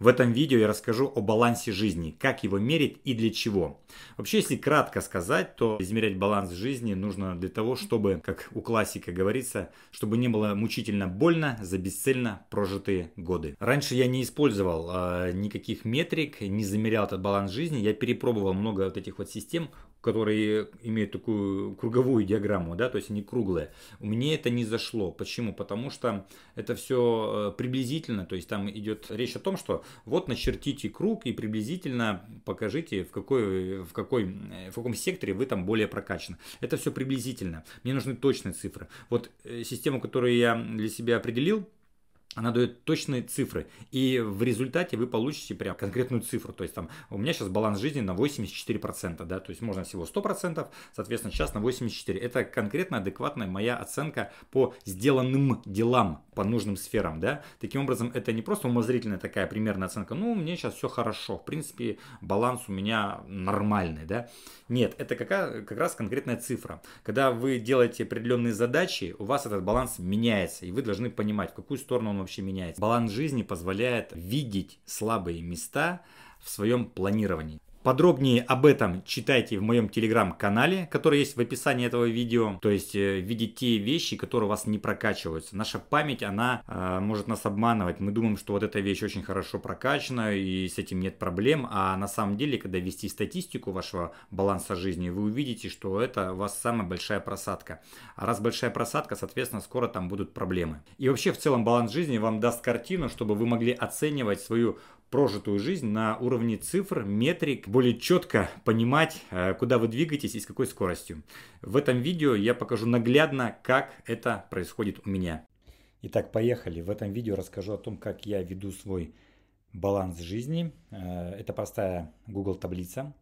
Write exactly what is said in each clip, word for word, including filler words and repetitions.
В этом видео я расскажу о балансе жизни, как его мерить и для чего. Вообще, если кратко сказать, то измерять баланс жизни нужно для того, чтобы, как у классика говорится, чтобы не было мучительно больно за бесцельно прожитые годы. Раньше я не использовал э, никаких метрик, не замерял этот баланс жизни, я перепробовал много вот этих вот систем, которые имеют такую круговую диаграмму, да, то есть они круглые. У меня это не зашло. Почему? Потому что это все приблизительно, то есть там идет речь о том, что вот начертите круг и приблизительно покажите, в какой, в какой, в каком секторе вы там более прокачаны. Это все приблизительно. Мне нужны точные цифры. Вот систему, которую я для себя определил, она дает точные цифры, и в результате вы получите прям конкретную цифру. То есть там у меня сейчас баланс жизни на восемьдесят четыре процента, да, то есть можно всего сто процентов, соответственно, сейчас на восемьдесят четыре процента. Это конкретно адекватная моя оценка по сделанным делам, по нужным сферам, да. Таким образом, это не просто умозрительная такая примерная оценка, ну, мне сейчас все хорошо, в принципе, баланс у меня нормальный, да. Нет, это какая, как раз конкретная цифра. Когда вы делаете определенные задачи, у вас этот баланс меняется, и вы должны понимать, в какую сторону он вообще меняется. Баланс жизни позволяет видеть слабые места в своем планировании. Подробнее об этом читайте в моем телеграм-канале, который есть в описании этого видео. То есть э, видеть те вещи, которые у вас не прокачиваются. Наша память, она э, может нас обманывать. Мы думаем, что вот эта вещь очень хорошо прокачана и с этим нет проблем. А на самом деле, когда ввести статистику вашего баланса жизни, вы увидите, что это у вас самая большая просадка. А раз большая просадка, соответственно, скоро там будут проблемы. И вообще в целом баланс жизни вам даст картину, чтобы вы могли оценивать свою прожитую жизнь на уровне цифр, метрик, более четко понимать, куда вы двигаетесь и с какой скоростью. В этом видео я покажу наглядно, как это происходит у меня. Итак, поехали. В этом видео расскажу о том, как я веду свой баланс жизни. Это простая Google таблица.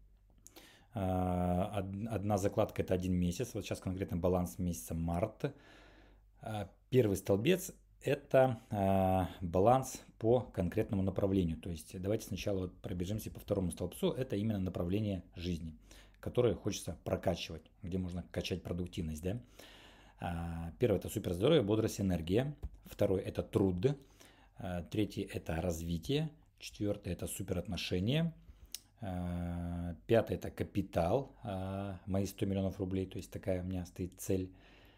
Одна закладка — это один месяц. Вот сейчас конкретно баланс месяца март. Первый столбец — это э, баланс по конкретному направлению. То есть давайте сначала вот пробежимся по второму столбцу. Это именно направление жизни, которое хочется прокачивать, где можно качать продуктивность. Да? А, первое — это суперздоровье, бодрость, энергия. Второй — это труд. А, третий — это развитие. Четвертый — это суперотношения. А, пятый — это капитал. А, мои сто миллионов рублей. То есть такая у меня стоит цель.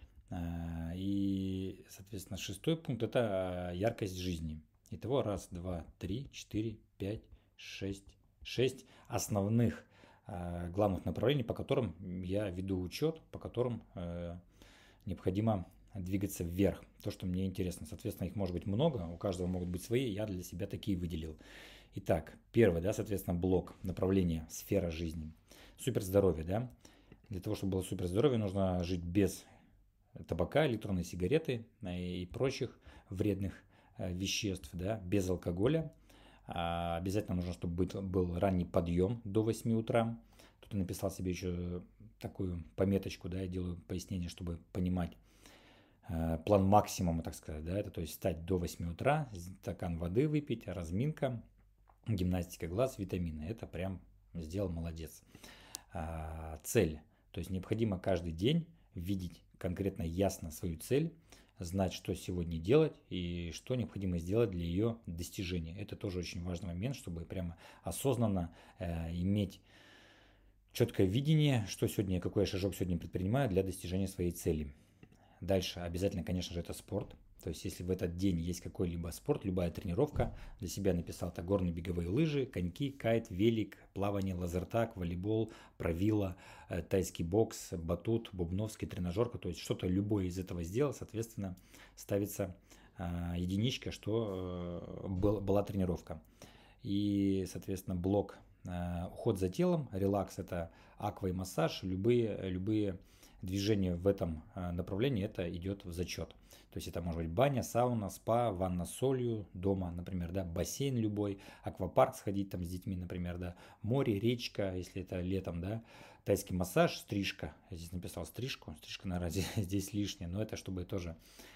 И, соответственно, шестой пункт — это яркость жизни. Итого раз, два, три, четыре, пять, шесть. Шесть основных главных направлений, по которым я веду учет, по которым необходимо двигаться вверх. То, что мне интересно. Соответственно, их может быть много, у каждого могут быть свои, я для себя такие выделил. Итак, первый, да, соответственно, блок направления, сфера жизни. Суперздоровье, да. Для того, чтобы было суперздоровье, нужно жить без табака, электронные сигареты и прочих вредных веществ, да, без алкоголя. А обязательно нужно, чтобы был, был ранний подъем до восьми утра. Тут я написал себе еще такую пометочку, да, я делаю пояснение, чтобы понимать э, план максимума, так сказать, да, это то есть встать до восьми утра, стакан воды выпить, разминка, гимнастика глаз, витамины. Это прям сделал, молодец. А, цель, то есть необходимо каждый день видеть конкретно ясно свою цель, знать, что сегодня делать и что необходимо сделать для ее достижения. Это тоже очень важный момент, чтобы прямо осознанно э, иметь четкое видение, что сегодня, какой я шажок сегодня предпринимаю для достижения своей цели. Дальше обязательно, конечно же, это спорт. То есть, если в этот день есть какой-либо спорт, любая тренировка, для себя написал это горные беговые лыжи, коньки, кайт, велик, плавание, лазертаг, волейбол, правило, тайский бокс, батут, бубновский, тренажерка. То есть, что-то любое из этого сделал, соответственно, ставится э, единичка, что э, был, была тренировка. И, соответственно, блок э, уход за телом, релакс — это аква и массаж, любые, любые движение в этом направлении, это идет в зачет. То есть это может быть баня, сауна, спа, ванна с солью, дома, например, да, бассейн любой, аквапарк сходить там с детьми, например, да, море, речка, если это летом, да, тайский массаж, стрижка. Я здесь написал стрижку, стрижка, наверное, здесь, здесь лишняя, но это чтобы тоже,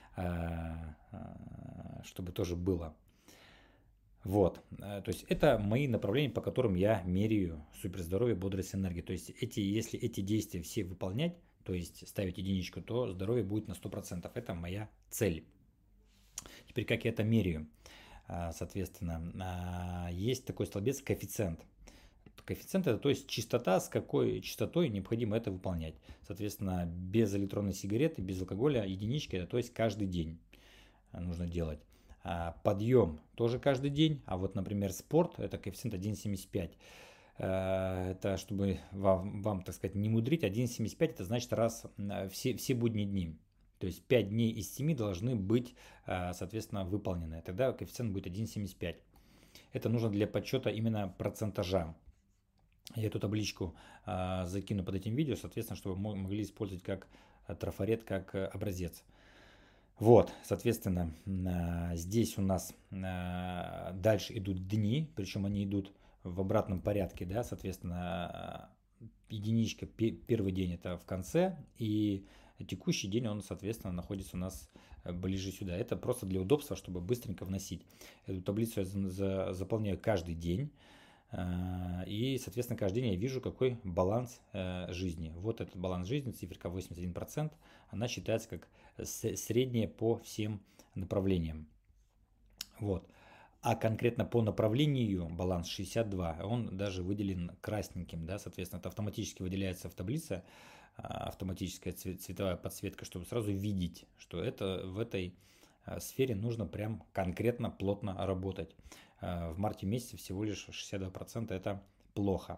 чтобы тоже было. Вот, то есть это мои направления, по которым я меряю суперздоровье, бодрость, энергию. То есть эти, если эти действия все выполнять, то есть ставить единичку, то здоровье будет на сто процентов. Это моя цель. Теперь как я это меряю? Соответственно, есть такой столбец коэффициент. Коэффициент это, то есть частота, с какой частотой необходимо это выполнять. Соответственно, без электронной сигареты, без алкоголя единичка, это то есть каждый день нужно делать. Подъем тоже каждый день, а вот, например, спорт, это коэффициент один целых семьдесят пять. Это чтобы вам, вам, так сказать, не мудрить, один целых семьдесят пять это значит раз все, все будние дни. То есть пять дней из семи должны быть, соответственно, выполнены. Тогда коэффициент будет один целых семьдесят пять. Это нужно для подсчета именно процентажа. Я эту табличку э, закину под этим видео, соответственно, чтобы вы могли использовать как трафарет, как э, образец. Вот, соответственно, э, здесь у нас э, дальше идут дни, причем они идут в обратном порядке, да, соответственно, э, единичка, первый день это в конце, и текущий день он, соответственно, находится у нас ближе сюда. Это просто для удобства, чтобы быстренько вносить. Эту таблицу я за, заполняю каждый день. И, соответственно, каждый день я вижу, какой баланс жизни. Вот этот баланс жизни, циферка восемьдесят один процент, она считается как средняя по всем направлениям. Вот. А конкретно по направлению баланс шестьдесят два, он даже выделен красненьким, да, соответственно, это автоматически выделяется в таблице, автоматическая цветовая подсветка, чтобы сразу видеть, что это в этой сфере нужно прям конкретно плотно работать. В марте месяце всего лишь шестьдесят два процента это плохо.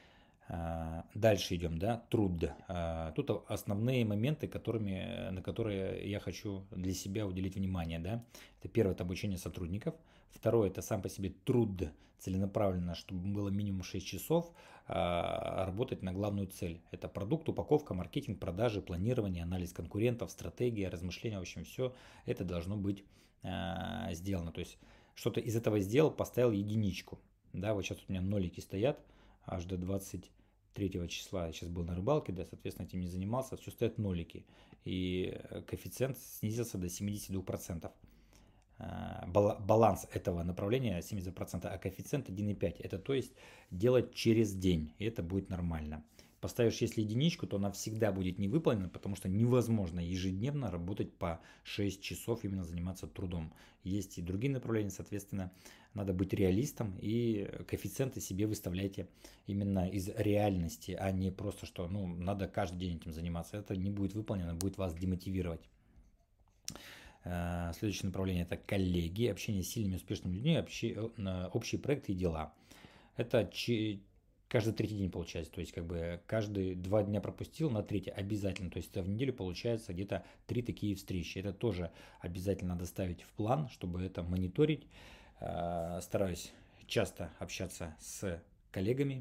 Дальше идем, да, труд. Тут основные моменты, которыми, на которые я хочу для себя уделить внимание, да. Это первое, это обучение сотрудников. Второе, это сам по себе труд целенаправленно, чтобы было минимум шесть часов работать на главную цель. Это продукт, упаковка, маркетинг, продажи, планирование, анализ конкурентов, стратегия, размышления, в общем, все это должно быть сделано. То есть что-то из этого сделал, поставил единичку. Да, вот сейчас у меня нолики стоят аж до двадцать третьего числа. Я сейчас был на рыбалке, да, соответственно, этим не занимался. Все стоят нолики. И коэффициент снизился до семидесяти двух процентов. Баланс этого направления семьдесят процентов, а коэффициент один целых пять десятых. Это то есть делать через день. И это будет нормально. Поставишь, если единичку, то она всегда будет не выполнена, потому что невозможно ежедневно работать по шесть часов, именно заниматься трудом. Есть и другие направления, соответственно, надо быть реалистом, и коэффициенты себе выставляйте именно из реальности, а не просто, что ну, надо каждый день этим заниматься. Это не будет выполнено, будет вас демотивировать. Следующее направление – это коллеги, общение с сильными, успешными людьми, общие, общие проекты и дела. Это каждый третий день получается, то есть как бы каждые два дня пропустил, на третий обязательно, то есть в неделю получается где-то три такие встречи. Это тоже обязательно надо ставить в план, чтобы это мониторить. Стараюсь часто общаться с коллегами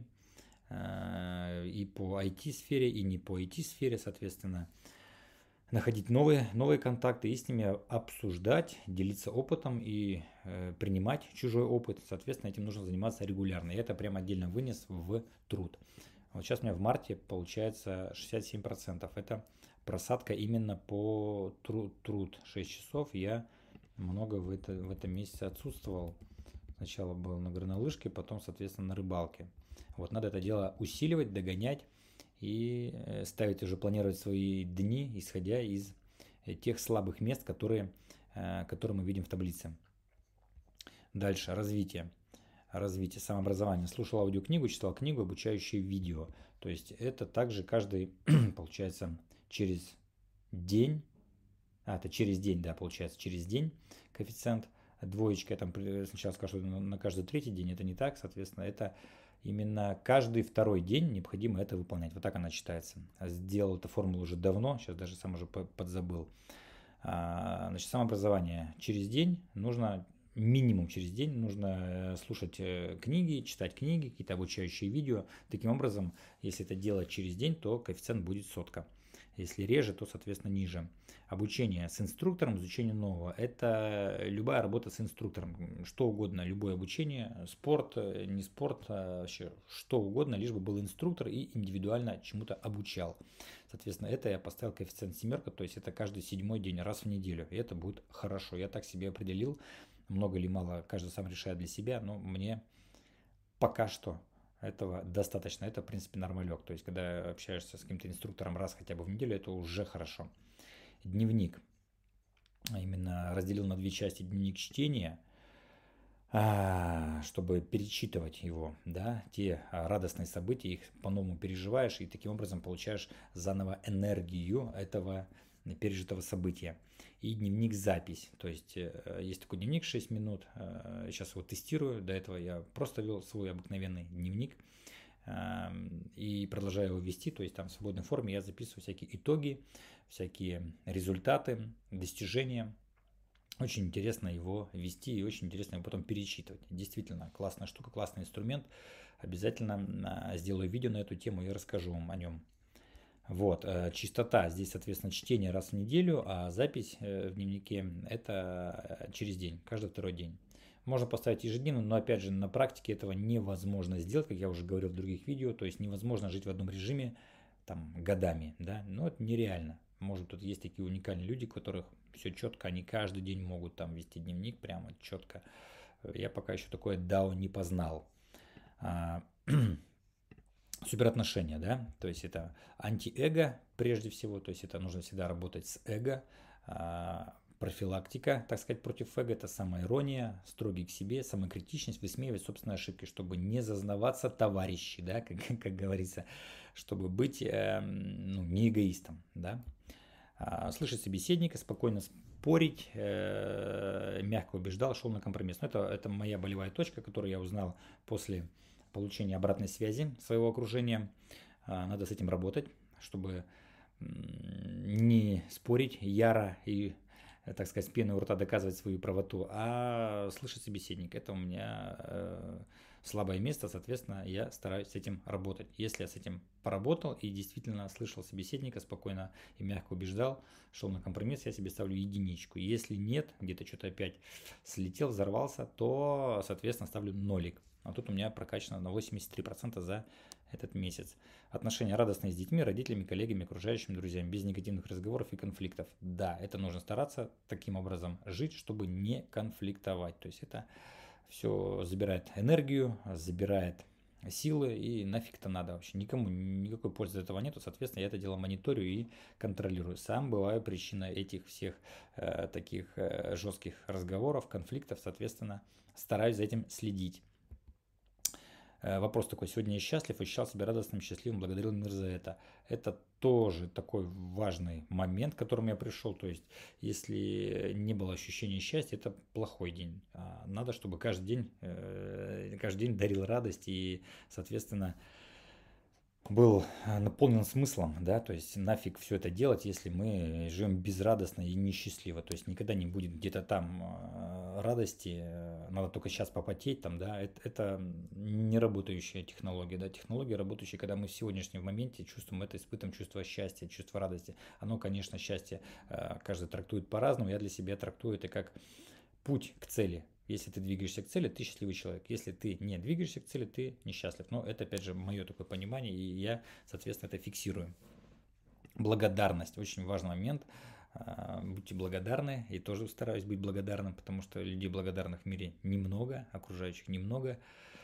и по ай ти-сфере, и не по ай ти-сфере, соответственно. Находить новые, новые контакты и с ними обсуждать, делиться опытом и э, принимать чужой опыт. Соответственно, этим нужно заниматься регулярно. И это прям отдельно вынес в труд. Вот сейчас у меня в марте получается шестьдесят семь процентов. Это просадка именно по тру- труд. шесть часов я много в, это, в этом месяце отсутствовал. Сначала был на горнолыжке, потом, соответственно, на рыбалке. Вот надо это дело усиливать, догонять. И ставить уже, планировать свои дни, исходя из тех слабых мест, которые, которые мы видим в таблице. Дальше, развитие. Развитие, самообразование. Слушал аудиокнигу, читал книгу, обучающее видео. То есть это также каждый, получается, через день, а, это через день, да, получается, через день коэффициент. Двоечка, я там сначала скажу, что на каждый третий день, это не так, соответственно, это именно каждый второй день необходимо это выполнять. Вот так она считается. Сделал эту формулу уже давно, сейчас даже сам уже подзабыл. Значит, самообразование. Через день нужно, минимум через день нужно слушать книги, читать книги, какие-то обучающие видео. Таким образом, если это делать через день, то коэффициент будет сотка. Если реже, то, соответственно, ниже. Обучение с инструктором, изучение нового. Это любая работа с инструктором. Что угодно, любое обучение, спорт, не спорт, вообще что угодно, лишь бы был инструктор и индивидуально чему-то обучал. Соответственно, это я поставил коэффициент семерка, то есть это каждый седьмой день, раз в неделю. И это будет хорошо. Я так себе определил. Много или мало, каждый сам решает для себя, но мне пока что этого достаточно. Это, в принципе, нормалек. То есть, когда общаешься с каким-то инструктором раз хотя бы в неделю, это уже хорошо. Дневник. Именно разделил на две части дневник чтения. а, чтобы перечитывать его, да, те а, радостные события, их по-новому переживаешь и таким образом получаешь заново энергию этого пережитого события. И дневник-запись, то есть э, есть такой дневник шесть минут, э, сейчас его тестирую, до этого я просто вел свой обыкновенный дневник э, и продолжаю его вести, то есть там в свободной форме я записываю всякие итоги, всякие результаты, достижения. Очень интересно его вести и очень интересно его потом перечитывать. Действительно, классная штука, классный инструмент. Обязательно а, сделаю видео на эту тему и расскажу вам о нем. Вот, э, частота, здесь, соответственно, чтение раз в неделю, а запись э, в дневнике это э, через день, каждый второй день. Можно поставить ежедневно, но опять же на практике этого невозможно сделать, как я уже говорил в других видео, то есть невозможно жить в одном режиме там годами, да, но это нереально. Может, тут есть такие уникальные люди, у которых все четко, они каждый день могут там вести дневник прямо четко. Я пока еще такое дао не познал. А, суперотношения, да, то есть это антиэго прежде всего, то есть это нужно всегда работать с эго, а, профилактика, так сказать, против эго, это самоирония, строгий к себе, самокритичность, высмеивать собственные ошибки, чтобы не зазнаваться товарищи, да, как, как говорится, чтобы быть э, ну, не эгоистом, да, а, слышать собеседника, спокойно спорить, э, мягко убеждал, шел на компромисс. Но это, это моя болевая точка, которую я узнал после получения обратной связи своего окружения. А, надо с этим работать, чтобы не спорить яро и, так сказать, с пеной у рта доказывать свою правоту, а слышать собеседника. Это у меня э, слабое место, соответственно, я стараюсь с этим работать. Если я с этим поработал и действительно слышал собеседника, спокойно и мягко убеждал, шел на компромисс, я себе ставлю единичку. Если нет, где-то что-то опять слетел, взорвался, то, соответственно, ставлю нолик. А тут у меня прокачано на восемьдесят три процента за этот месяц. Отношения радостные с детьми, родителями, коллегами, окружающими, друзьями, без негативных разговоров и конфликтов. Да, это нужно стараться таким образом жить, чтобы не конфликтовать. То есть это все забирает энергию, забирает силы и нафиг-то надо вообще. Никому никакой пользы от этого нету. Соответственно, я это дело мониторю и контролирую. Сам бываю причиной этих всех э, таких э, жестких разговоров, конфликтов. Соответственно, стараюсь за этим следить. Вопрос такой: сегодня я счастлив, ощущал себя радостным, счастливым, благодарил мир за это. Это тоже такой важный момент, к которому я пришел. То есть, если не было ощущения счастья, это плохой день. Надо, чтобы каждый день, каждый день дарил радость и, соответственно, был наполнен смыслом, да, то есть нафиг все это делать, если мы живем безрадостно и несчастливо, то есть никогда не будет где-то там радости, надо только сейчас попотеть там, да, это, это не работающая технология, да, технология работающая, когда мы в сегодняшнем моменте чувствуем это, испытываем чувство счастья, чувство радости. Оно, конечно, счастье каждый трактует по-разному, я для себя трактую это как путь к цели. Если ты двигаешься к цели, ты счастливый человек. Если ты не двигаешься к цели, ты несчастлив. Но это, опять же, мое такое понимание, и я, соответственно, это фиксирую. Благодарность. Очень важный момент. Будьте благодарны. И тоже стараюсь быть благодарным, потому что людей благодарных в мире немного, окружающих немного.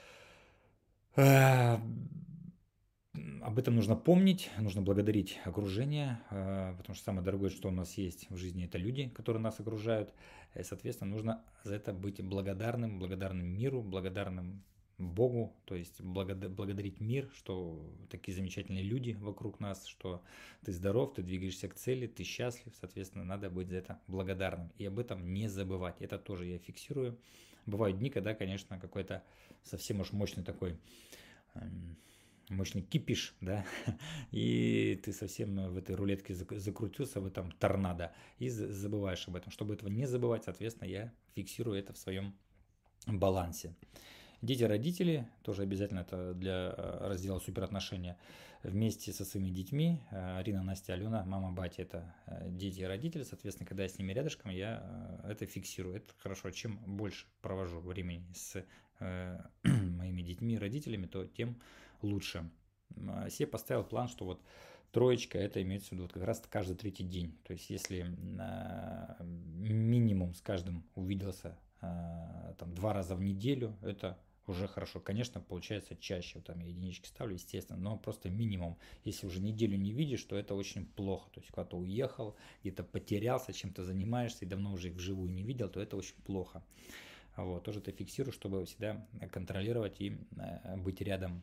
Об этом нужно помнить, нужно благодарить окружение, потому что самое дорогое, что у нас есть в жизни, это люди, которые нас окружают. И, соответственно, нужно за это быть благодарным, благодарным миру, благодарным Богу, то есть благодарить мир, что такие замечательные люди вокруг нас, что ты здоров, ты двигаешься к цели, ты счастлив, соответственно, надо быть за это благодарным. И об этом не забывать. Это тоже я фиксирую. Бывают дни, когда, конечно, какой-то совсем уж мощный такой мощный кипиш, да, и ты совсем в этой рулетке закрутился, в этом торнадо, и забываешь об этом. Чтобы этого не забывать, соответственно, я фиксирую это в своем балансе. Дети-родители, тоже обязательно это для раздела суперотношения, вместе со своими детьми, Арина, Настя, Алена, мама, батя, это дети и родители, соответственно, когда я с ними рядышком, я это фиксирую, это хорошо. Чем больше провожу времени с моими детьми и родителями, то тем лучше. Себе поставил план, что вот троечка, это имеется в виду вот как раз каждый третий день. То есть если минимум с каждым увиделся там два раза в неделю, это уже хорошо. Конечно, получается чаще, вот там я единички ставлю, естественно, но просто минимум. Если уже неделю не видишь, то это очень плохо. То есть куда-то уехал, где-то потерялся, чем-то занимаешься и давно уже их вживую не видел, то это очень плохо. Вот, тоже это фиксирую, чтобы всегда контролировать и быть рядом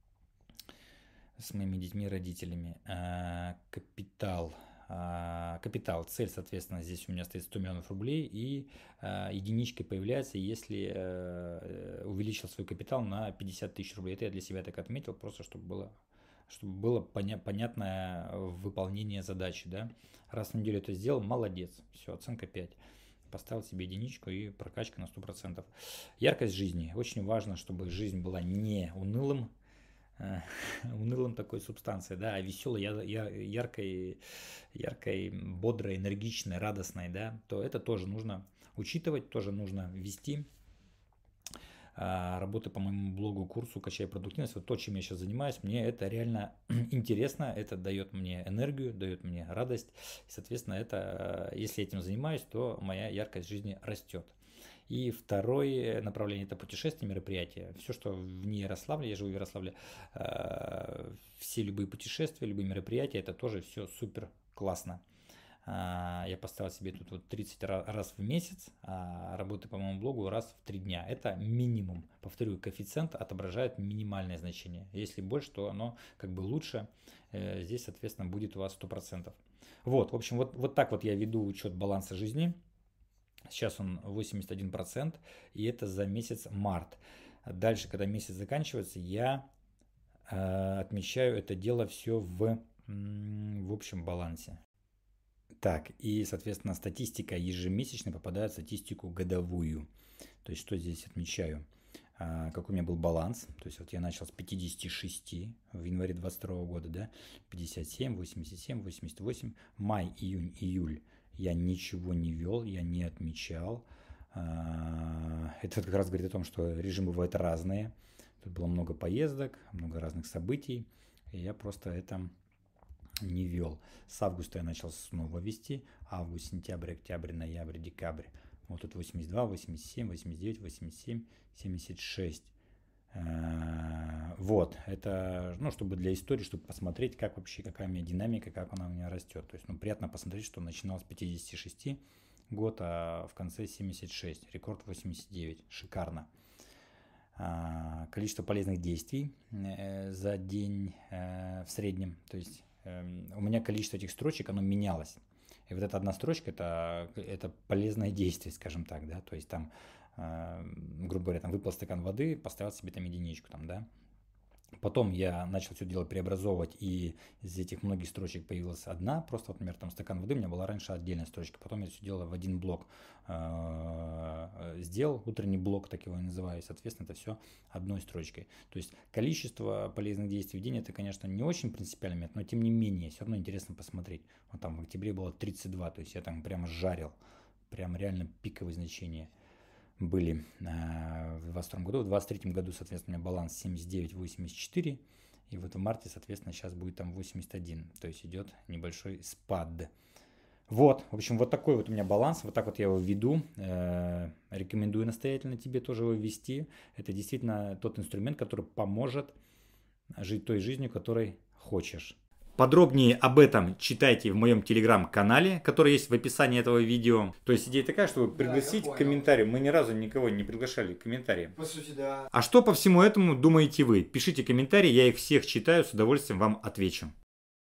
с моими детьми и родителями. Капитал. Капитал, цель, соответственно, здесь у меня стоит сто миллионов рублей, и э, единичкой появляется, если э, увеличил свой капитал на пятьдесят тысяч рублей. Это я для себя так отметил, просто чтобы было, чтобы было поня- понятное выполнение задачи. Да? Раз в неделю это сделал, молодец, все, оценка пять. Поставил себе единичку и прокачка на сто процентов. Яркость жизни. Очень важно, чтобы жизнь была не унылым, унылым такой субстанцией, да, а веселой, яркой, яркой, бодрой, энергичной, радостной, да, то это тоже нужно учитывать, тоже нужно вести. Работы по моему блогу, курсу «Качай продуктивность», вот то, чем я сейчас занимаюсь, мне это реально интересно, это дает мне энергию, дает мне радость, и, соответственно, это, если я этим занимаюсь, то моя яркость жизни растет. И второе направление – это путешествия, мероприятия. Все, что вне Ярославля, я живу в Ярославле, все любые путешествия, любые мероприятия, это тоже все супер классно. Я поставил себе тут вот тридцать раз в месяц, а работы по моему блогу раз в три дня. Это минимум. Повторю, коэффициент отображает минимальное значение. Если больше, то оно как бы лучше. Здесь, соответственно, будет у вас сто процентов. Вот, в общем, вот, вот так вот я веду учет баланса жизни. Сейчас он восемьдесят один процент, и это за месяц март. Дальше, когда месяц заканчивается, я э, отмечаю это дело все в, в общем балансе. Так, и, соответственно, статистика ежемесячно попадает в статистику годовую. То есть, что здесь отмечаю? А, какой у меня был баланс. То есть, вот я начал с пятидесяти шести в январе двадцать второго года, да, пятьдесят семь, восемьдесят семь, восемьдесят восемь, май, июнь, июль. Я ничего не вел, я не отмечал. Это как раз говорит о том, что режимы бывают разные. Тут было много поездок, много разных событий, и я просто это не вел. С августа я начал снова вести. Август, сентябрь, октябрь, ноябрь, декабрь. Вот тут восемьдесят два, восемьдесят семь, восемьдесят девять, восемьдесят семь, семьдесят шесть. Вот, это, ну, чтобы для истории, чтобы посмотреть, как вообще, какая у меня динамика, как она у меня растет. То есть, ну, приятно посмотреть, что начинал с пятидесяти шести год, а в конце семьдесят шесть, рекорд восемьдесят девять, шикарно. Количество полезных действий за день в среднем, то есть у меня количество этих строчек, оно менялось. И вот эта одна строчка, это, это полезное действие, скажем так, да, то есть там, грубо говоря, там выпил стакан воды, поставил себе там единичку, там, да. Потом я начал все дело преобразовывать, и из этих многих строчек появилась одна, просто, вот, например, там стакан воды, у меня была раньше отдельная строчка, потом я все дело в один блок сделал, утренний блок, так его и называю, и, соответственно, это все одной строчкой. То есть количество полезных действий в день, это, конечно, не очень принципиально, но тем не менее, все равно интересно посмотреть. Вот там в октябре было тридцать два, то есть я там прямо жарил, прям реально пиковые значения были в двадцать втором году. В двадцать третьем году, соответственно, у меня баланс семьдесят девять восемьдесят четыре. И вот в марте, соответственно, сейчас будет там восемьдесят один. То есть идет небольшой спад. Вот, в общем, вот такой вот у меня баланс. Вот так вот я его веду. Рекомендую настоятельно тебе тоже его вести. Это действительно тот инструмент, который поможет жить той жизнью, которой хочешь. Подробнее об этом читайте в моем телеграм-канале, который есть в описании этого видео. То есть идея такая, чтобы пригласить да, к комментариям. Мы ни разу никого не приглашали к комментариям. По сути, да. А что по всему этому думаете вы? Пишите комментарии, я их всех читаю, с удовольствием вам отвечу.